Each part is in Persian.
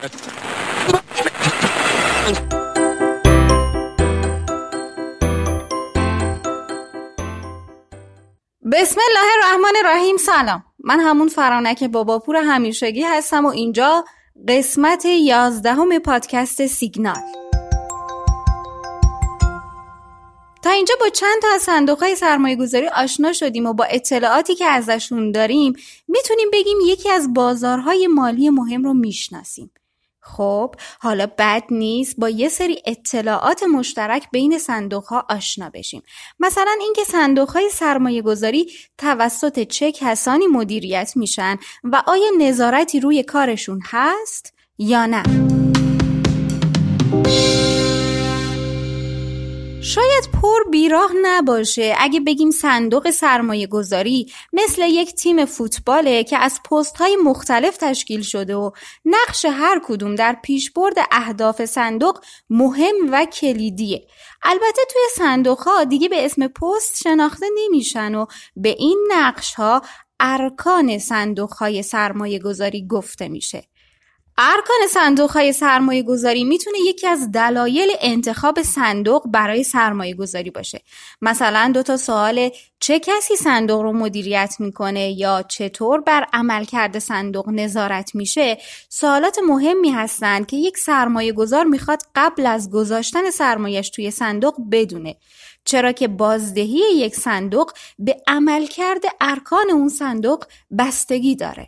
بسم الله الرحمن الرحیم. سلام، من همون فرانک باباپور همیشگی هستم و اینجا قسمت 11 پادکست سیگنال. تا اینجا با چند تا از صندوق‌های سرمایه‌گذاری آشنا شدیم و با اطلاعاتی که ازشون داریم میتونیم بگیم یکی از بازارهای مالی مهم رو میشناسیم. خب حالا بد نیست با یه سری اطلاعات مشترک بین صندوق‌ها آشنا بشیم. مثلا اینکه صندوق‌های سرمایه‌گذاری توسط چه کسانی مدیریت میشن و آیا نظارتی روی کارشون هست یا نه. شاید پر بیراه نباشه اگه بگیم صندوق سرمایه گذاری مثل یک تیم فوتباله که از پست‌های مختلف تشکیل شده و نقش هر کدوم در پیشبرد اهداف صندوق مهم و کلیدیه. البته توی صندوق‌ها دیگه به اسم پست شناخته نمیشن و به این نقش‌ها ارکان صندوق‌های سرمایه گذاری گفته میشه. ارکان صندوق‌های سرمایه‌گذاری میتونه یکی از دلایل انتخاب صندوق برای سرمایه‌گذاری باشه. مثلا 2 سوال: چه کسی صندوق رو مدیریت میکنه یا چطور بر عملکرد صندوق نظارت میشه، سوالات مهمی هستن که یک سرمایه‌گذار میخواد قبل از گذاشتن سرمایه‌اش توی صندوق بدونه، چرا که بازدهی یک صندوق به عملکرد ارکان اون صندوق بستگی داره.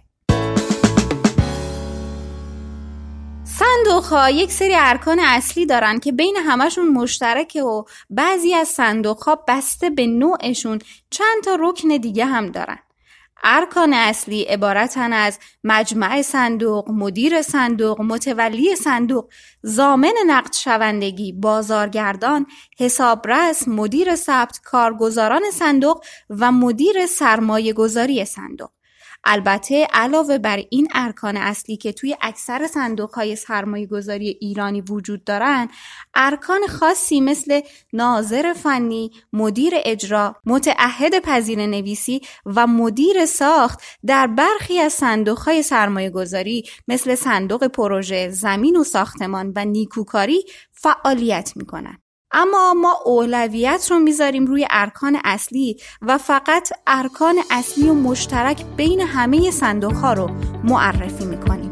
صندوق‌ها یک سری ارکان اصلی دارن که بین همشون مشترکه و بعضی از صندوق‌ها بسته به نوعشون چند تا رکن دیگه هم دارن. ارکان اصلی عبارتن از مجمع صندوق، مدیر صندوق، متولی صندوق، ضامن نقد شوندگی، بازارگردان، حسابرس، مدیر ثبت، کارگزاران صندوق و مدیر سرمایه گذاری صندوق. البته علاوه بر این ارکان اصلی که توی اکثر صندوق‌های سرمایه‌گذاری ایرانی وجود دارن، ارکان خاصی مثل ناظر فنی، مدیر اجرا، متعهد پذیره‌نویسی و مدیر ساخت در برخی از صندوق‌های سرمایه‌گذاری مثل صندوق پروژه، زمین و ساختمان و نیکوکاری فعالیت می‌کنن. اما ما اولویت رو میذاریم روی ارکان اصلی و فقط ارکان اصلی و مشترک بین همه صندوق‌ها رو معرفی میکنیم.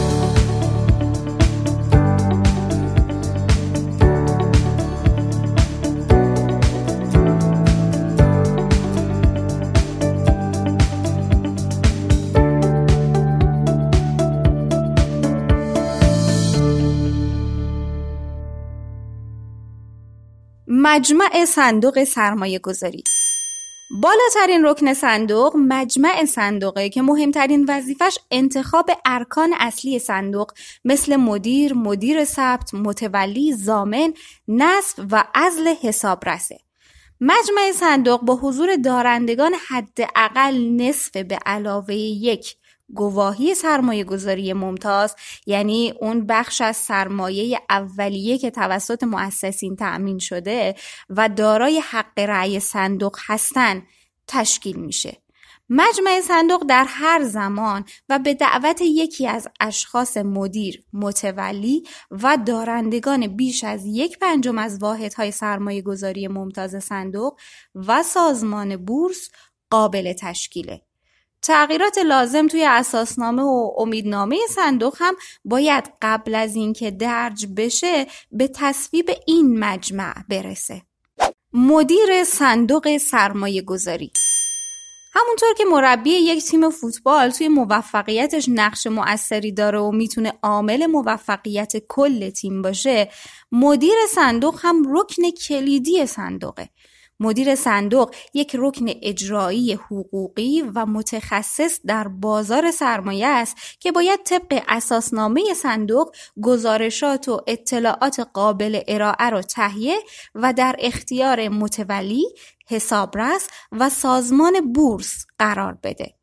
مجمع صندوق سرمایه گذاری. بالاترین رکن صندوق مجمع صندوقه که مهمترین وظیفش انتخاب ارکان اصلی صندوق مثل مدیر، مدیر ثبت، متولی، ضامن، نصب و عزل حسابرسه. مجمع صندوق با حضور دارندگان حداقل نصف به علاوه 1 گواهی سرمایه گذاری ممتاز، یعنی اون بخش از سرمایه اولیه که توسط مؤسسین تأمین شده و دارای حق رأی صندوق هستن تشکیل میشه. مجمع صندوق در هر زمان و به دعوت یکی از اشخاص مدیر، متولی و دارندگان بیش از 1/5 از واحدهای سرمایه گذاری ممتاز صندوق و سازمان بورس قابل تشکیله. تغییرات لازم توی اساسنامه و امیدنامه صندوق هم باید قبل از اینکه درج بشه به تصویب این مجمع برسه. مدیر صندوق سرمایه گذاری. همونطور که مربی یک تیم فوتبال توی موفقیتش نقش مؤثری داره و میتونه عامل موفقیت کل تیم باشه، مدیر صندوق هم رکن کلیدی صندوقه. مدیر صندوق یک رکن اجرایی حقوقی و متخصص در بازار سرمایه است که باید طبق اساسنامه صندوق گزارشات و اطلاعات قابل ارائه را تهیه و در اختیار متولی، حسابرس و سازمان بورس قرار بده.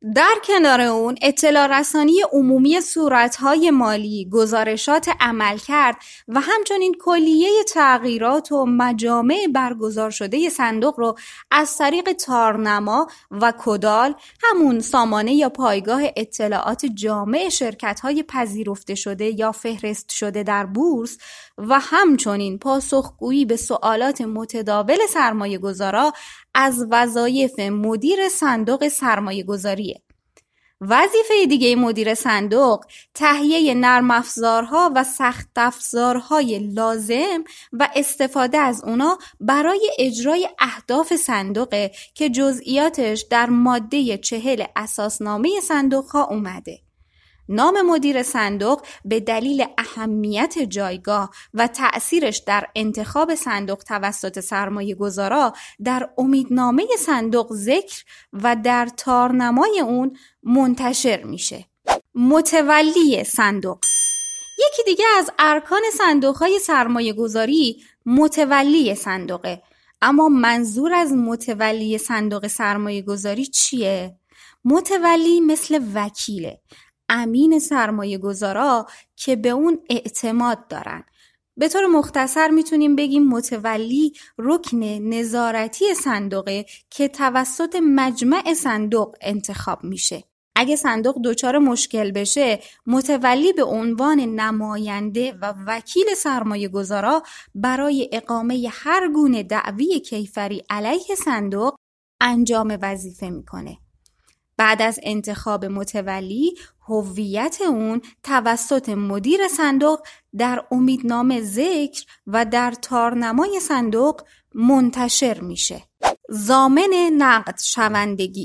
در کنار اون اطلاع رسانی عمومی صورتهای مالی، گزارشات عملکرد و همچنین کلیه تغییرات و مجامع برگزار شده صندوق رو از طریق تارنما و کدال، همون سامانه یا پایگاه اطلاعات جامع شرکت‌های پذیرفته شده یا فهرست شده در بورس و همچنین پاسخگویی به سوالات متداول سرمایه‌گذارا از وظایف مدیر صندوق سرمایه‌گذاریه. وظیفه دیگه مدیر صندوق تهیه نرم افزارها و سخت افزارهای لازم و استفاده از اونا برای اجرای اهداف صندوقه که جزئیاتش در ماده 40 اساسنامه صندوق‌ها اومده. نام مدیر صندوق به دلیل اهمیت جایگاه و تأثیرش در انتخاب صندوق توسط سرمایه‌گذارا در امیدنامه صندوق ذکر و در تارنمای اون منتشر میشه. متولی صندوق یکی دیگه از ارکان صندوق‌های سرمایه‌گذاری متولی صندوقه. اما منظور از متولی صندوق سرمایه‌گذاری چیه؟ متولی مثل وکیله، امین سرمایه‌گذارا که به اون اعتماد دارن. به طور مختصر میتونیم بگیم متولی رکن نظارتی صندوقه که توسط مجمع صندوق انتخاب میشه. اگه صندوق دچار مشکل بشه، متولی به عنوان نماینده و وکیل سرمایه‌گذارا برای اقامه هر گونه دعوی کیفری علیه صندوق انجام وظیفه میکنه. بعد از انتخاب متولی، هویت اون توسط مدیر صندوق در امیدنامه ذکر و در تارنمای صندوق منتشر میشه. ضامن نقد شوندگی.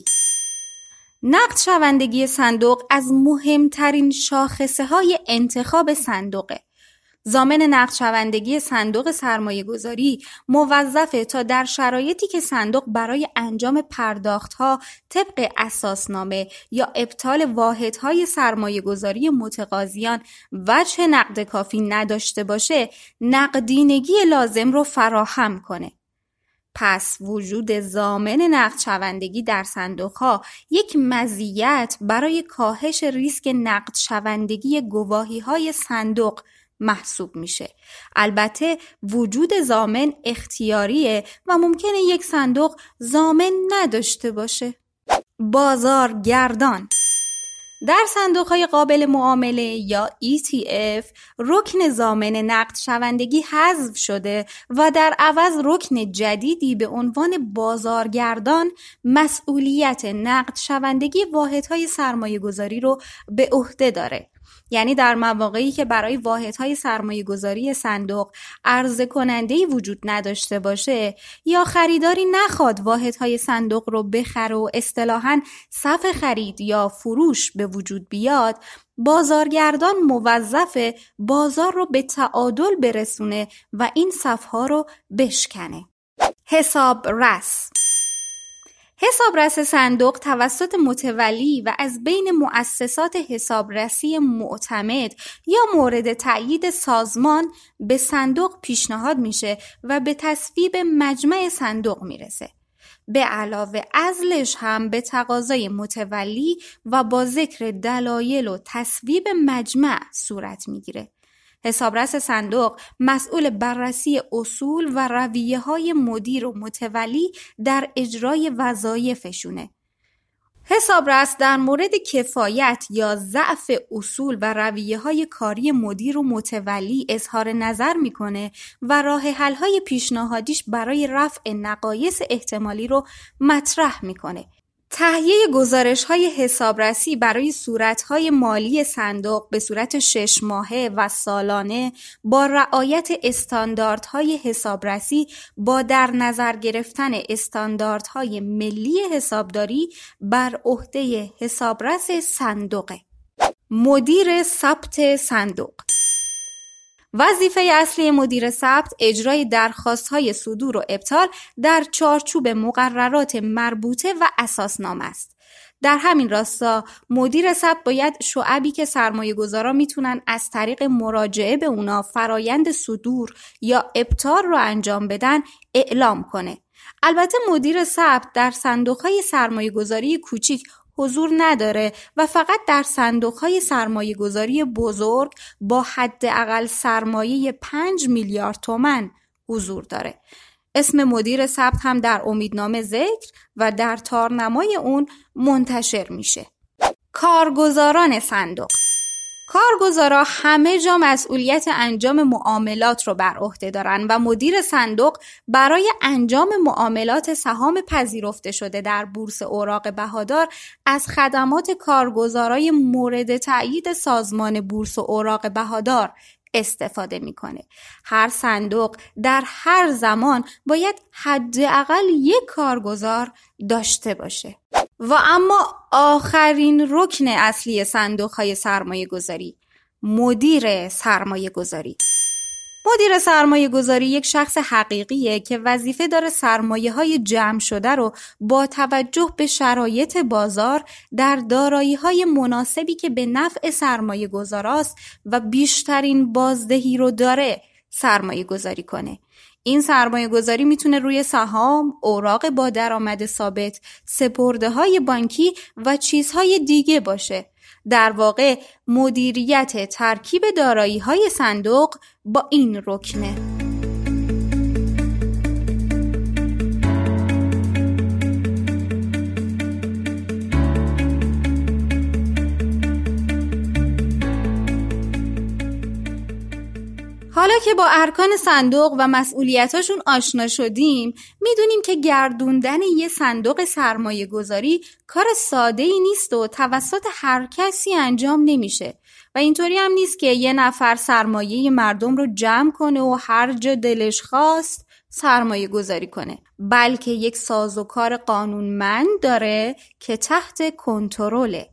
نقد شوندگی صندوق از مهمترین شاخصه های انتخاب صندوقه. ضامن نقد شوندگی صندوق سرمایه‌گذاری موظفه تا در شرایطی که صندوق برای انجام پرداخت‌ها طبق اساسنامه یا ابطال واحدهای سرمایه‌گذاری متقاضیان وجه نقد کافی نداشته باشه، نقدینگی لازم رو فراهم کنه. پس وجود ضامن نقد شوندگی در صندوق‌ها یک مزیت برای کاهش ریسک نقد شوندگی گواهی‌های صندوق محسوب میشه. البته وجود ضامن اختیاریه و ممکنه یک صندوق ضامن نداشته باشه. بازارگردان. در صندوق‌های قابل معامله یا ETF رکن ضامن نقد شوندگی حذف شده و در عوض رکن جدیدی به عنوان بازارگردان مسئولیت نقد شوندگی واحدهای سرمایه‌گذاری رو به عهده داره. یعنی در مواقعی که برای واحدهای سرمایه‌گذاری صندوق عرضه کننده‌ای وجود نداشته باشه یا خریداری نخواد واحدهای صندوق رو بخره و اصطلاحاً صف خرید یا فروش به وجود بیاد، بازارگردان موظفه بازار رو به تعادل برسونه و این صف‌ها رو بشکنه. حسابرس. حسابرس صندوق توسط متولی و از بین مؤسسات حسابرسی معتمد یا مورد تأیید سازمان به صندوق پیشنهاد میشه و به تصویب مجمع صندوق میرسه. به علاوه عزلش هم به تقاضای متولی و با ذکر دلایل و تصویب مجمع صورت میگیره. حسابرس صندوق مسئول بررسی اصول و رویه‌های مدیر و متولی در اجرای وظایفشونه. حسابرس در مورد کفایت یا ضعف اصول و رویه‌های کاری مدیر و متولی اظهار نظر میکنه و راه حل‌های پیشنهادیش برای رفع نقایص احتمالی رو مطرح میکنه. تهیه گزارش‌های حسابرسی برای صورت‌های مالی صندوق به صورت 6 ماهه و سالانه با رعایت استانداردهای حسابرسی با در نظر گرفتن استانداردهای ملی حسابداری بر عهده حسابرس صندوقه. مدیر ثبت صندوق. وظیفه اصلی مدیر ثبت اجرای درخواست‌های صدور و ابطال در چارچوب مقررات مربوطه و اساسنامه است. در همین راستا مدیر ثبت باید شعبی که سرمایه‌گذارا میتونن از طریق مراجعه به اونا فرایند صدور یا ابطال رو انجام بدن اعلام کنه. البته مدیر ثبت در صندوق‌های سرمایه‌گذاری کوچیک حضور نداره و فقط در صندوق‌های سرمایه‌گذاری بزرگ با حداقل سرمایه 5 میلیارد تومان حضور داره. اسم مدیر ثبت هم در امیدنامه ذکر و در تارنمای اون منتشر میشه. کارگزاران صندوق. کارگزارا همه جا مسئولیت انجام معاملات رو بر عهده دارن و مدیر صندوق برای انجام معاملات سهام پذیرفته شده در بورس اوراق بهادار از خدمات کارگزارای مورد تأیید سازمان بورس اوراق بهادار استفاده میکنه. هر صندوق در هر زمان باید حداقل یک کارگزار داشته باشه. و اما آخرین رکن اصلی صندوق‌های سرمایه‌گذاری، مدیر سرمایه‌گذاری. مدیر سرمایه‌گذاری یک شخص حقیقیه که وظیفه داره سرمایه‌های جمع شده رو با توجه به شرایط بازار در دارایی‌های مناسبی که به نفع سرمایه‌گذاراست و بیشترین بازدهی رو داره سرمایه‌گذاری کنه. این سرمایه‌گذاری میتونه روی سهام، اوراق با درآمد ثابت، سپرده‌های بانکی و چیزهای دیگه باشه. در واقع مدیریت ترکیب دارایی‌های صندوق با این رکنه. حالا که با ارکان صندوق و مسئولیتاشون آشنا شدیم، میدونیم که گردوندن یه صندوق سرمایه گذاری کار ساده‌ای نیست و توسط هر کسی انجام نمیشه و اینطوری هم نیست که یه نفر سرمایه مردم رو جمع کنه و هر جا دلش خواست سرمایه گذاری کنه، بلکه یک سازوکار قانونمند داره که تحت کنترله.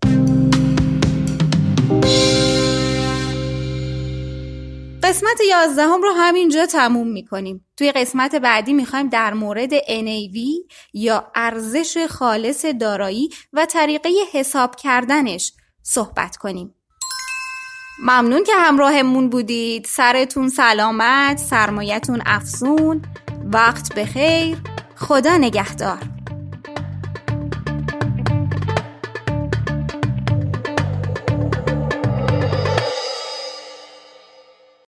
قسمت 11 رو همینجا تموم میکنیم. توی قسمت بعدی میخوایم در مورد NAV یا ارزش خالص دارایی و طریقه حساب کردنش صحبت کنیم. ممنون که همراهمون بودید. سرتون سلامت، سرمایتون افزون، وقت بخیر، خدا نگهدار.